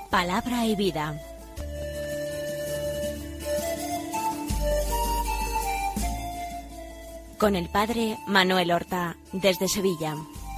Palabra y vida. Con el padre Manuel Horta, desde Sevilla.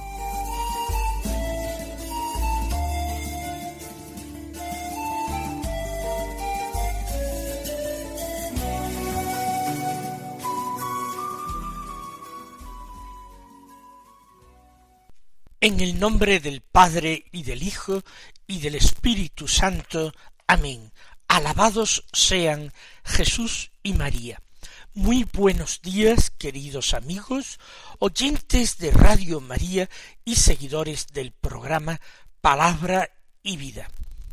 En el nombre del Padre, y del Hijo, y del Espíritu Santo. Amén. Alabados sean Jesús y María. Muy buenos días, queridos amigos, oyentes de Radio María y seguidores del programa Palabra y Vida.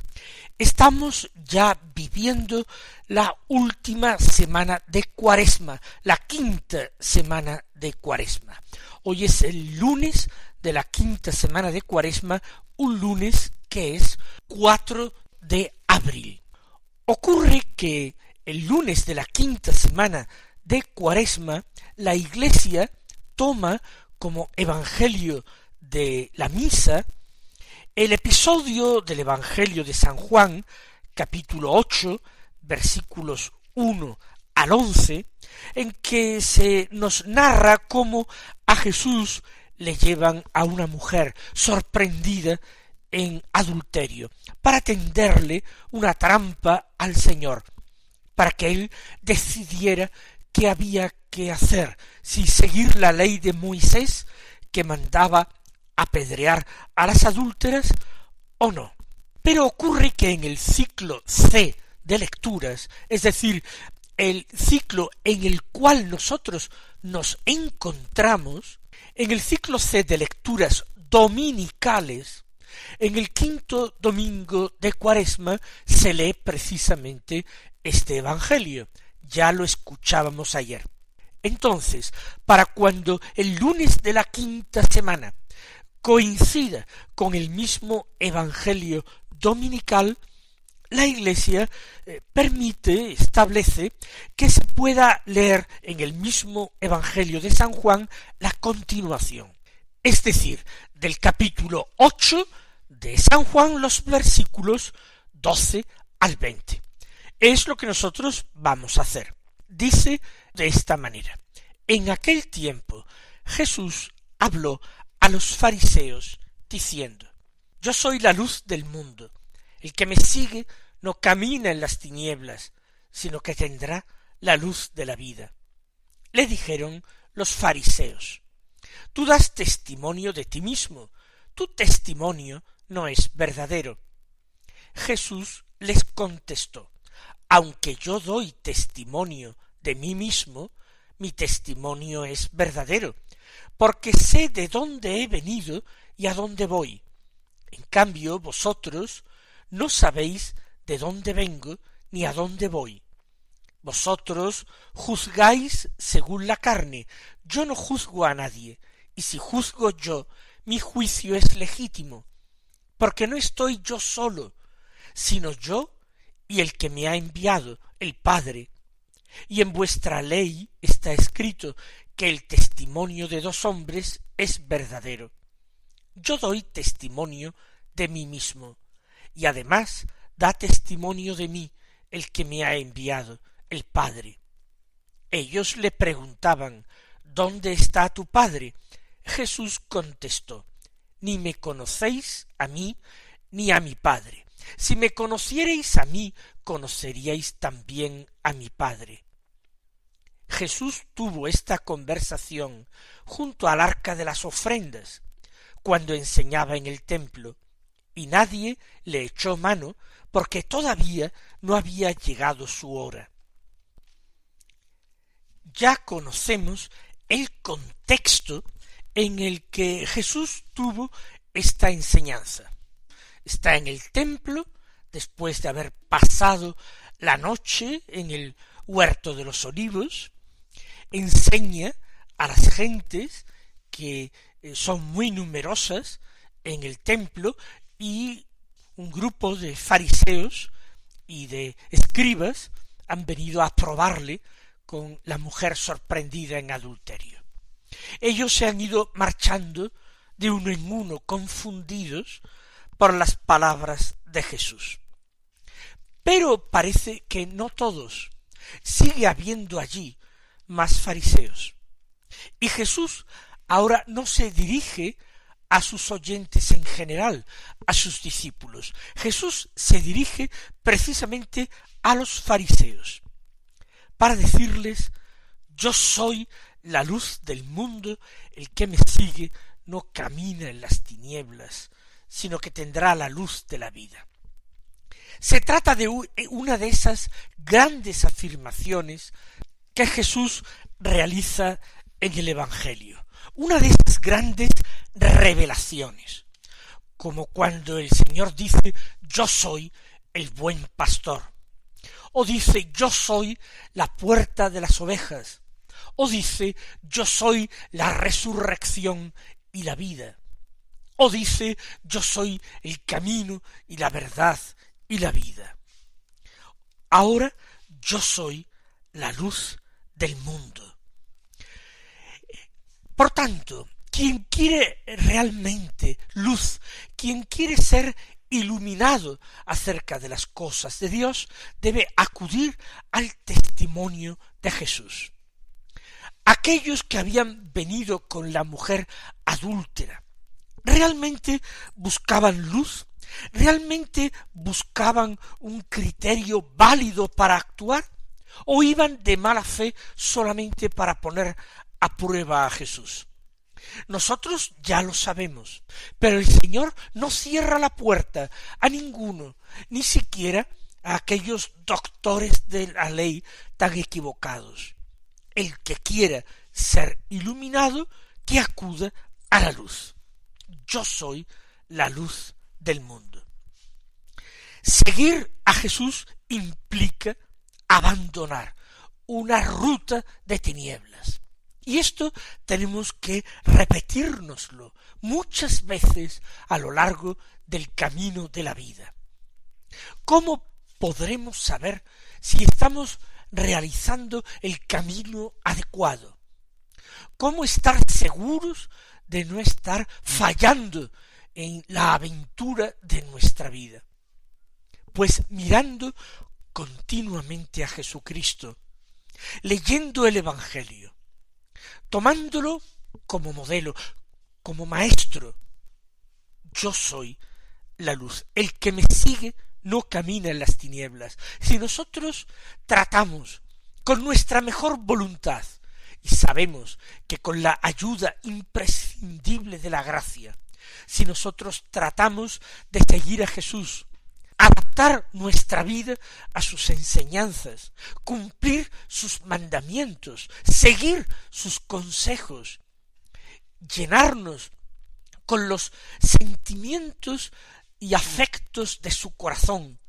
Estamos ya viviendo la última semana de Cuaresma, la quinta semana de Cuaresma. Hoy es el lunes de la quinta semana de Cuaresma, un lunes que es 4 de abril. Ocurre que el lunes de la quinta semana de Cuaresma, la Iglesia toma como evangelio de la misa el episodio del Evangelio de San Juan, capítulo 8, versículos 1 al 11, en que se nos narra cómo a Jesús le llevan a una mujer sorprendida en adulterio, para tenderle una trampa al Señor, para que él decidiera qué había que hacer, si seguir la ley de Moisés, que mandaba apedrear a las adúlteras, o no. Pero ocurre que en el ciclo C de lecturas, es decir, el ciclo en el cual nosotros nos encontramos, en el ciclo C de lecturas dominicales, en el quinto domingo de Cuaresma se lee precisamente este evangelio. Ya lo escuchábamos ayer. Entonces, para cuando el lunes de la quinta semana coincida con el mismo evangelio dominical, la Iglesia establece que se pueda leer en el mismo Evangelio de San Juan la continuación, es decir, del capítulo 8 de San Juan, los versículos 12 al 20. Es lo que nosotros vamos a hacer. Dice de esta manera: en aquel tiempo Jesús habló a los fariseos diciendo: yo soy la luz del mundo. El que me sigue no camina en las tinieblas, sino que tendrá la luz de la vida. Le dijeron los fariseos: tú das testimonio de ti mismo, tu testimonio no es verdadero. Jesús les contestó: aunque yo doy testimonio de mí mismo, mi testimonio es verdadero, porque sé de dónde he venido y a dónde voy. En cambio, vosotros no sabéis de dónde vengo ni a dónde voy. Vosotros juzgáis según la carne, yo no juzgo a nadie, y si juzgo yo, mi juicio es legítimo, porque no estoy yo solo, sino yo y el que me ha enviado, el Padre. Y en vuestra ley está escrito que el testimonio de dos hombres es verdadero. Yo doy testimonio de mí mismo, y además da testimonio de mí el que me ha enviado, el Padre. Ellos le preguntaban: ¿dónde está tu Padre? Jesús contestó: ni me conocéis a mí ni a mi Padre. Si me conocierais a mí, conoceríais también a mi Padre. Jesús tuvo esta conversación junto al arca de las ofrendas, cuando enseñaba en el templo, y nadie le echó mano, porque todavía no había llegado su hora. Ya conocemos el contexto en el que Jesús tuvo esta enseñanza. Está en el templo, después de haber pasado la noche en el huerto de los olivos, enseña a las gentes que son muy numerosas en el templo, y un grupo de fariseos y de escribas han venido a probarle con la mujer sorprendida en adulterio. Ellos se han ido marchando de uno en uno, confundidos por las palabras de Jesús. Pero parece que no todos. Sigue habiendo allí más fariseos. Y Jesús ahora no se dirige a sus oyentes en general, a sus discípulos. Jesús se dirige precisamente a los fariseos para decirles: yo soy la luz del mundo, el que me sigue no camina en las tinieblas, sino que tendrá la luz de la vida. Se trata de una de esas grandes afirmaciones que Jesús realiza en el Evangelio, una de esas grandes revelaciones, como cuando el Señor dice: yo soy el buen pastor, o dice: yo soy la puerta de las ovejas, o dice: yo soy la resurrección y la vida, o dice: yo soy el camino y la verdad y la vida. Ahora yo soy la luz del mundo. Por tanto, quien quiere realmente luz, quien quiere ser iluminado acerca de las cosas de Dios, debe acudir al testimonio de Jesús. Aquellos que habían venido con la mujer adúltera, ¿realmente buscaban luz? ¿Realmente buscaban un criterio válido para actuar? ¿O iban de mala fe solamente para poner a prueba a Jesús? Nosotros ya lo sabemos, pero el Señor no cierra la puerta a ninguno, ni siquiera a aquellos doctores de la ley tan equivocados. El que quiera ser iluminado, que acuda a la luz. Yo soy la luz del mundo. Seguir a Jesús implica abandonar una ruta de tinieblas. Y esto tenemos que repetírnoslo muchas veces a lo largo del camino de la vida. ¿Cómo podremos saber si estamos realizando el camino adecuado? ¿Cómo estar seguros de no estar fallando en la aventura de nuestra vida? Pues mirando continuamente a Jesucristo, leyendo el Evangelio, tomándolo como modelo, como maestro. Yo soy la luz. El que me sigue no camina en las tinieblas. Si nosotros tratamos con nuestra mejor voluntad, y sabemos que con la ayuda imprescindible de la gracia, si nosotros tratamos de seguir a Jesús, adaptar nuestra vida a sus enseñanzas, cumplir sus mandamientos, seguir sus consejos, llenarnos con los sentimientos y afectos de su corazón,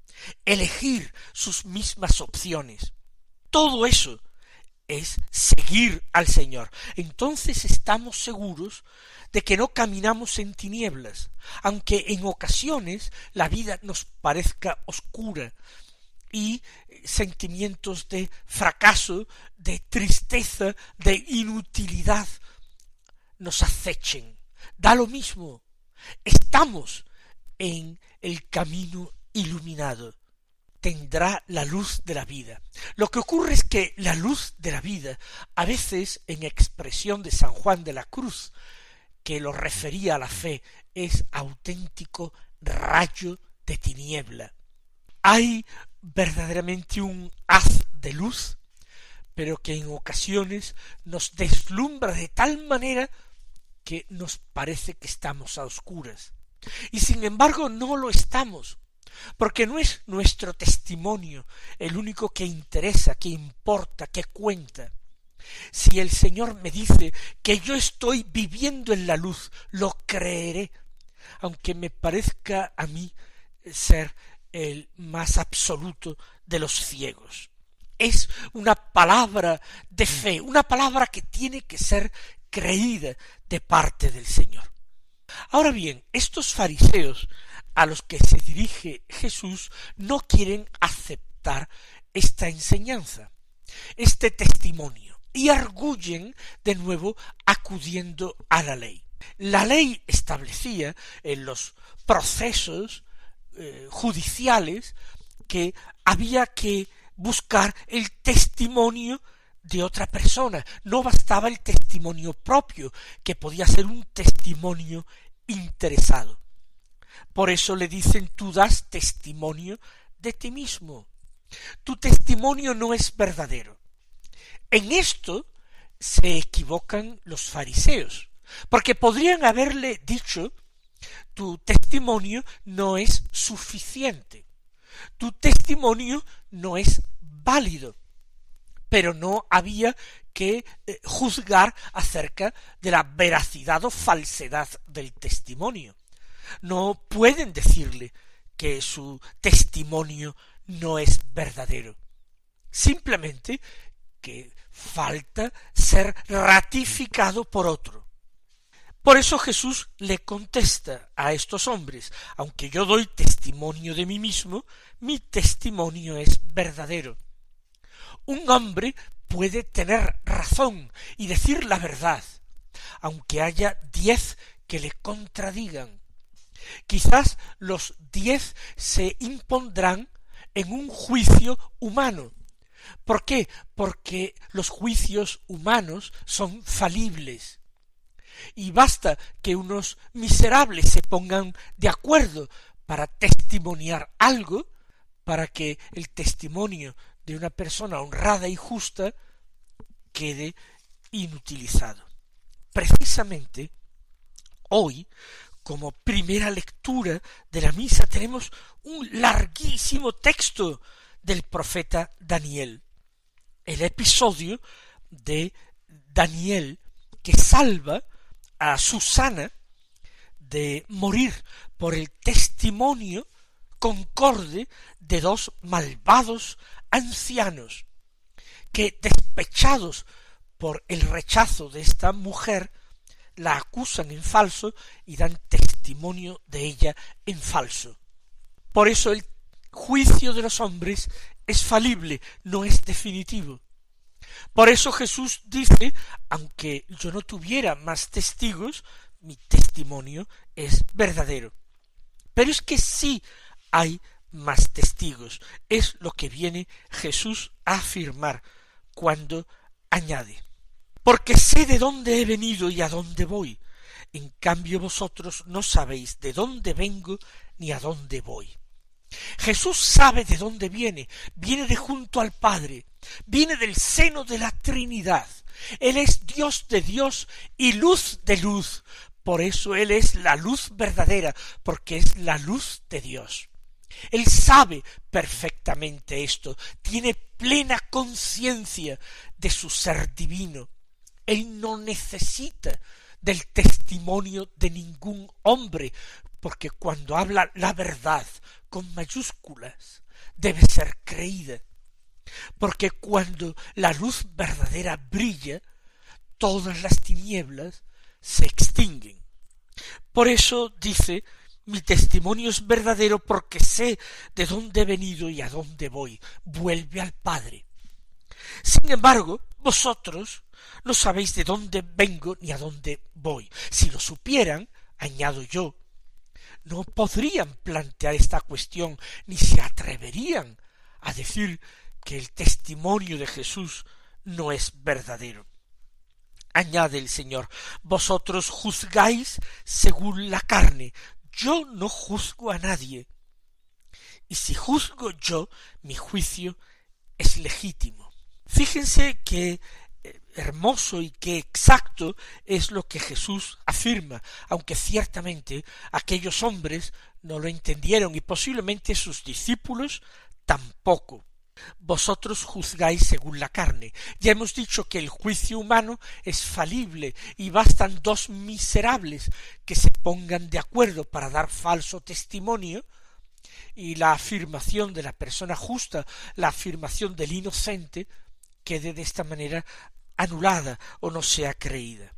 elegir sus mismas opciones, todo eso es seguir al Señor. Entonces estamos seguros de que no caminamos en tinieblas, aunque en ocasiones la vida nos parezca oscura y sentimientos de fracaso, de tristeza, de inutilidad nos acechen. Da lo mismo, estamos en el camino iluminado. Tendrá la luz de la vida. Lo que ocurre es que la luz de la vida, a veces en expresión de San Juan de la Cruz, que lo refería a la fe, es auténtico rayo de tiniebla. Hay verdaderamente un haz de luz, pero que en ocasiones nos deslumbra de tal manera que nos parece que estamos a oscuras. Y sin embargo no lo estamos, porque no es nuestro testimonio el único que interesa, que importa, que cuenta. Si el Señor me dice que yo estoy viviendo en la luz, lo creeré, aunque me parezca a mí ser el más absoluto de los ciegos. Es una palabra de fe, una palabra que tiene que ser creída de parte del Señor. Ahora bien, estos fariseos a los que se dirige Jesús no quieren aceptar esta enseñanza, este testimonio, y arguyen de nuevo acudiendo a la ley. La ley establecía en los procesos judiciales que había que buscar el testimonio de otra persona. No bastaba el testimonio propio, que podía ser un testimonio interesado. Por eso le dicen: tú das testimonio de ti mismo. Tu testimonio no es verdadero. En esto se equivocan los fariseos, porque podrían haberle dicho: tu testimonio no es suficiente, tu testimonio no es válido, pero no había que juzgar acerca de la veracidad o falsedad del testimonio. No pueden decirle que su testimonio no es verdadero, simplemente que falta ser ratificado por otro. Por eso Jesús le contesta a estos hombres: aunque yo doy testimonio de mí mismo, mi testimonio es verdadero. Un hombre puede tener razón y decir la verdad, aunque haya 10 que le contradigan. Quizás los 10 se impondrán en un juicio humano. ¿Por qué? Porque los juicios humanos son falibles. Y basta que unos miserables se pongan de acuerdo para testimoniar algo, para que el testimonio de una persona honrada y justa quede inutilizado. Precisamente hoy, como primera lectura de la misa, tenemos un larguísimo texto del profeta Daniel, el episodio de Daniel que salva a Susana de morir por el testimonio concorde de 2 malvados ancianos que, despechados por el rechazo de esta mujer, la acusan en falso y dan testimonio de ella en falso. Por eso el juicio de los hombres es falible, no es definitivo. Por eso Jesús dice: aunque yo no tuviera más testigos, mi testimonio es verdadero. Pero es que sí hay más testigos. Es lo que viene Jesús a afirmar cuando añade: porque sé de dónde he venido y a dónde voy. En cambio vosotros no sabéis de dónde vengo ni a dónde voy. Jesús sabe de dónde viene de junto al Padre, viene del seno de la Trinidad. Él es Dios de Dios y luz de luz. Por eso Él es la luz verdadera, porque es la luz de Dios. Él sabe perfectamente esto, tiene plena conciencia de su ser divino. Él no necesita del testimonio de ningún hombre, porque cuando habla la verdad con mayúsculas debe ser creída, porque cuando la luz verdadera brilla, todas las tinieblas se extinguen. Por eso dice: mi testimonio es verdadero porque sé de dónde he venido y a dónde voy. Vuelve al Padre. Sin embargo, vosotros no sabéis de dónde vengo ni a dónde voy. Si lo supieran, añado yo, no podrían plantear esta cuestión, ni se atreverían a decir que el testimonio de Jesús no es verdadero. Añade el Señor: vosotros juzgáis según la carne, yo no juzgo a nadie. Y si juzgo yo, mi juicio es legítimo. Fíjense qué hermoso y qué exacto es lo que Jesús afirma, aunque ciertamente aquellos hombres no lo entendieron y posiblemente sus discípulos tampoco. Vosotros juzgáis según la carne. Ya hemos dicho que el juicio humano es falible y bastan 2 miserables que se pongan de acuerdo para dar falso testimonio, y la afirmación de la persona justa, la afirmación del inocente, quede de esta manera anulada o no sea creída.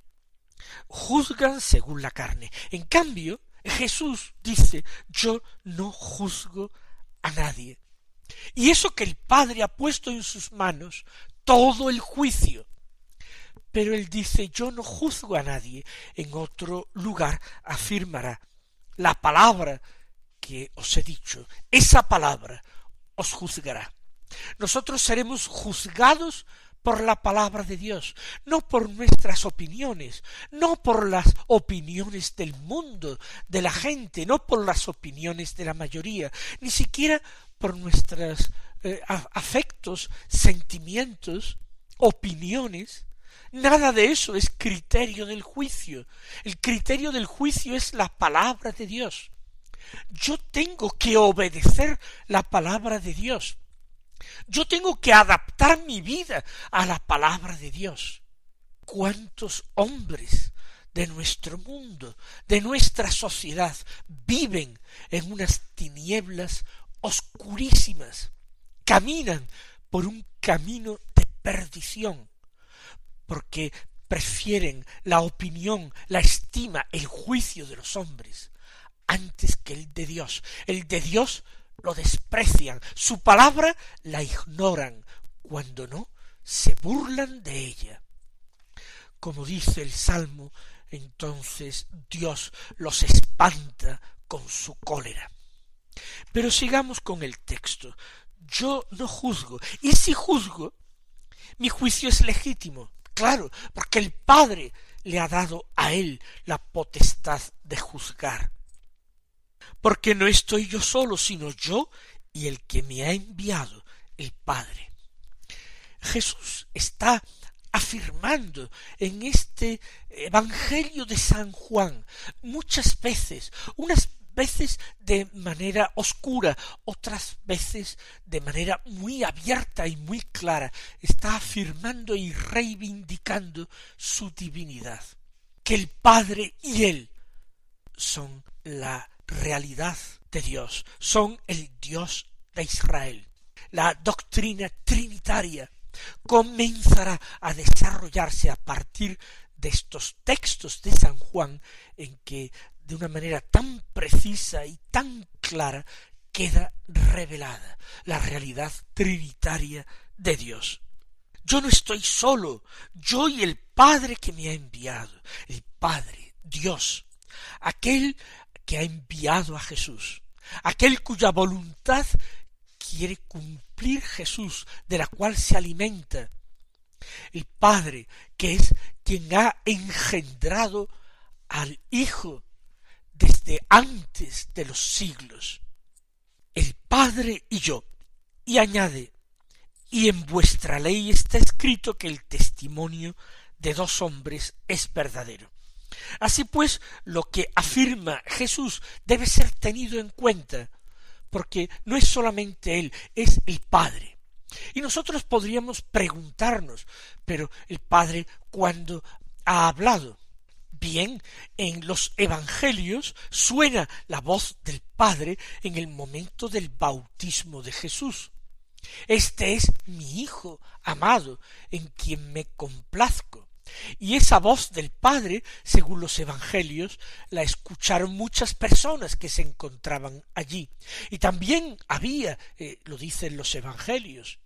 Juzgan según la carne. En cambio, Jesús dice: yo no juzgo a nadie. Y eso que el Padre ha puesto en sus manos todo el juicio. Pero él dice: yo no juzgo a nadie. En otro lugar afirmará: la palabra que os he dicho, esa palabra os juzgará. Nosotros seremos juzgados por la palabra de Dios, no por nuestras opiniones, no por las opiniones del mundo, de la gente, no por las opiniones de la mayoría, ni siquiera por nuestros afectos, sentimientos, opiniones. Nada de eso es criterio del juicio. El criterio del juicio es la palabra de Dios. Yo tengo que obedecer la palabra de Dios. Yo tengo que adaptar mi vida a la palabra de Dios. ¿Cuántos hombres de nuestro mundo, de nuestra sociedad, viven en unas tinieblas oscurísimas? Caminan por un camino de perdición, porque prefieren la opinión, la estima, el juicio de los hombres, antes que el de Dios. El de Dios lo desprecian, su palabra la ignoran, cuando no, se burlan de ella. Como dice el Salmo, entonces Dios los espanta con su cólera. Pero sigamos con el texto. Yo no juzgo, y si juzgo, mi juicio es legítimo, claro, porque el Padre le ha dado a él la potestad de juzgar. Porque no estoy yo solo, sino yo y el que me ha enviado, el Padre. Jesús está afirmando en este Evangelio de San Juan muchas veces, unas veces de manera oscura, otras veces de manera muy abierta y muy clara, está afirmando y reivindicando su divinidad, que el Padre y él son la realidad de Dios, son el Dios de Israel. La doctrina trinitaria comenzará a desarrollarse a partir de estos textos de San Juan, en que de una manera tan precisa y tan clara queda revelada la realidad trinitaria de Dios. Yo no estoy solo, yo y el Padre que me ha enviado, el Padre, Dios, aquel que ha enviado a Jesús, aquel cuya voluntad quiere cumplir Jesús, de la cual se alimenta, el Padre que es quien ha engendrado al Hijo desde antes de los siglos, el Padre y yo. Y añade, y en vuestra ley está escrito que el testimonio de dos hombres es verdadero. Así pues, lo que afirma Jesús debe ser tenido en cuenta, porque no es solamente él, es el Padre. Y nosotros podríamos preguntarnos, pero el Padre, ¿cuándo ha hablado? Bien, en los evangelios suena la voz del Padre en el momento del bautismo de Jesús. Este es mi Hijo amado, en quien me complazco. Y esa voz del Padre, según los evangelios, la escucharon muchas personas que se encontraban allí. Y también había, lo dicen los evangelios,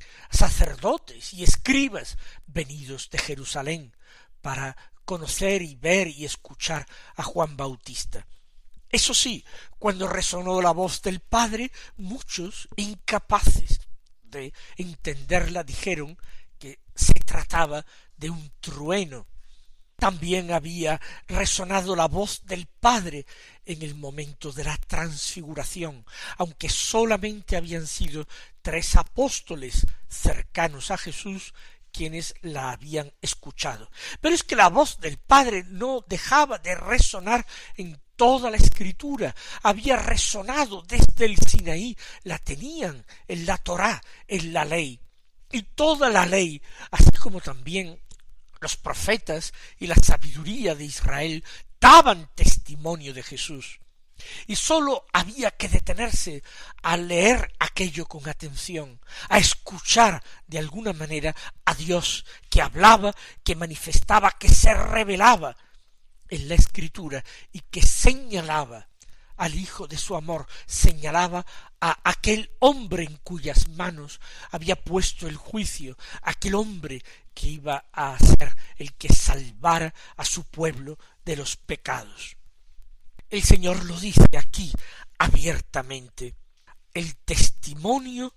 sacerdotes y escribas venidos de Jerusalén para conocer y ver y escuchar a Juan Bautista. Eso sí, cuando resonó la voz del Padre, muchos, incapaces de entenderla, dijeron que se trataba de un trueno. También había resonado la voz del Padre en el momento de la transfiguración, aunque solamente habían sido 3 apóstoles cercanos a Jesús quienes la habían escuchado. Pero es que la voz del Padre no dejaba de resonar en toda la Escritura. Había resonado desde el Sinaí, la tenían en la Torá, en la ley. Y toda la ley, así como también los profetas y la sabiduría de Israel, daban testimonio de Jesús. Y sólo había que detenerse a leer aquello con atención, a escuchar de alguna manera a Dios que hablaba, que manifestaba, que se revelaba en la Escritura y que señalaba al Hijo de su amor, señalaba a aquel hombre en cuyas manos había puesto el juicio, aquel hombre que iba a ser el que salvara a su pueblo de los pecados. El Señor lo dice aquí abiertamente. el testimonio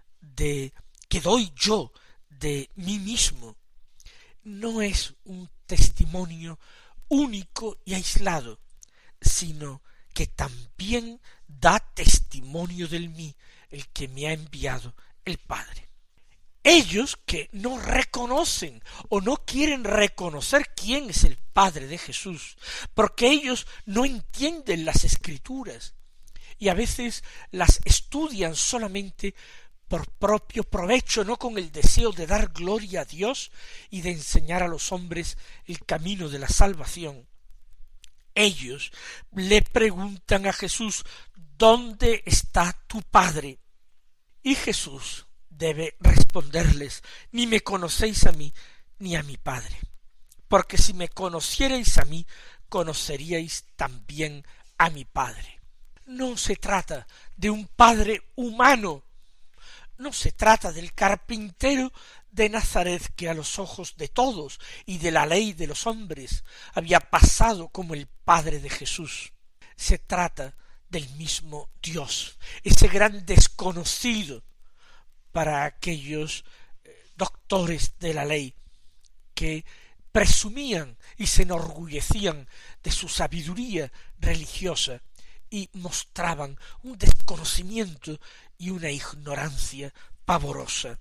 que doy yo de mí mismo no es un testimonio único y aislado, sino que también da testimonio de mí el que me ha enviado el Padre. Ellos que no reconocen o no quieren reconocer quién es el Padre de Jesús, porque ellos no entienden las Escrituras y a veces las estudian solamente por propio provecho, no con el deseo de dar gloria a Dios y de enseñar a los hombres el camino de la salvación. Ellos le preguntan a Jesús: ¿dónde está tu Padre? Y Jesús debe responderles: ni me conocéis a mí ni a mi Padre, porque si me conocierais a mí, conoceríais también a mi Padre. No se trata de un Padre humano, no se trata del carpintero de Nazaret que a los ojos de todos y de la ley de los hombres había pasado como el Padre de Jesús. Se trata del mismo Dios, ese gran desconocido para aquellos doctores de la ley que presumían y se enorgullecían de su sabiduría religiosa y mostraban un desconocimiento y una ignorancia pavorosa.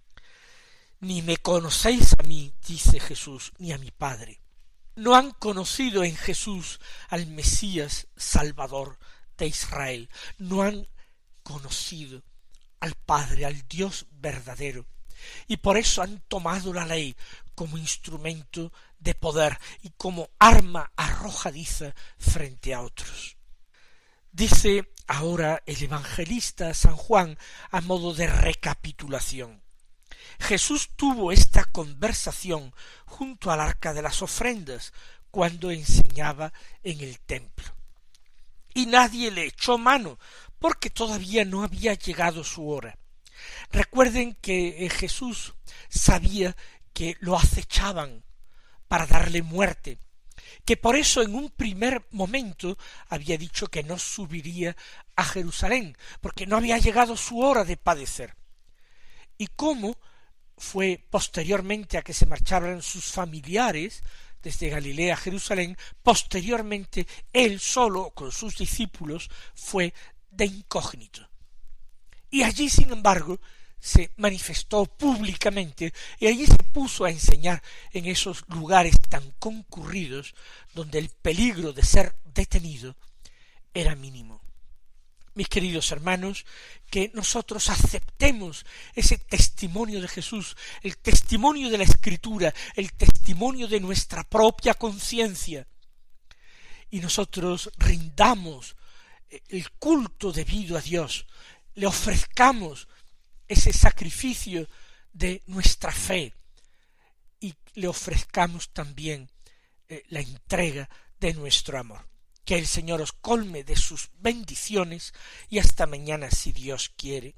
Ni me conocéis a mí, dice Jesús, ni a mi Padre. No han conocido en Jesús al Mesías Salvador de Israel, no han conocido al Padre, al Dios verdadero, y por eso han tomado la ley como instrumento de poder y como arma arrojadiza frente a otros. Dice ahora el evangelista San Juan a modo de recapitulación: Jesús tuvo esta conversación junto al arca de las ofrendas cuando enseñaba en el templo, y nadie le echó mano porque todavía no había llegado su hora. Recuerden que Jesús sabía que lo acechaban para darle muerte, que por eso en un primer momento había dicho que no subiría a Jerusalén, porque no había llegado su hora de padecer. Y cómo fue posteriormente a que se marcharan sus familiares desde Galilea a Jerusalén, posteriormente él solo con sus discípulos fue de incógnito. Y allí, sin embargo, se manifestó públicamente y allí se puso a enseñar en esos lugares tan concurridos donde el peligro de ser detenido era mínimo. Mis queridos hermanos, que nosotros aceptemos ese testimonio de Jesús, el testimonio de la Escritura, el testimonio de nuestra propia conciencia, y nosotros rindamos el culto debido a Dios, le ofrezcamos ese sacrificio de nuestra fe y le ofrezcamos también la entrega de nuestro amor. Que el Señor os colme de sus bendiciones y hasta mañana si Dios quiere.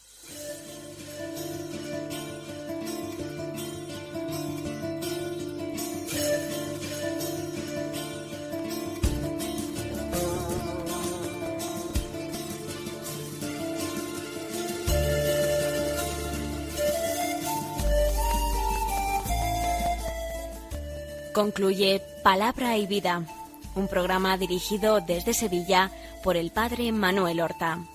Concluye Palabra y Vida, un programa dirigido desde Sevilla por el padre Manuel Horta.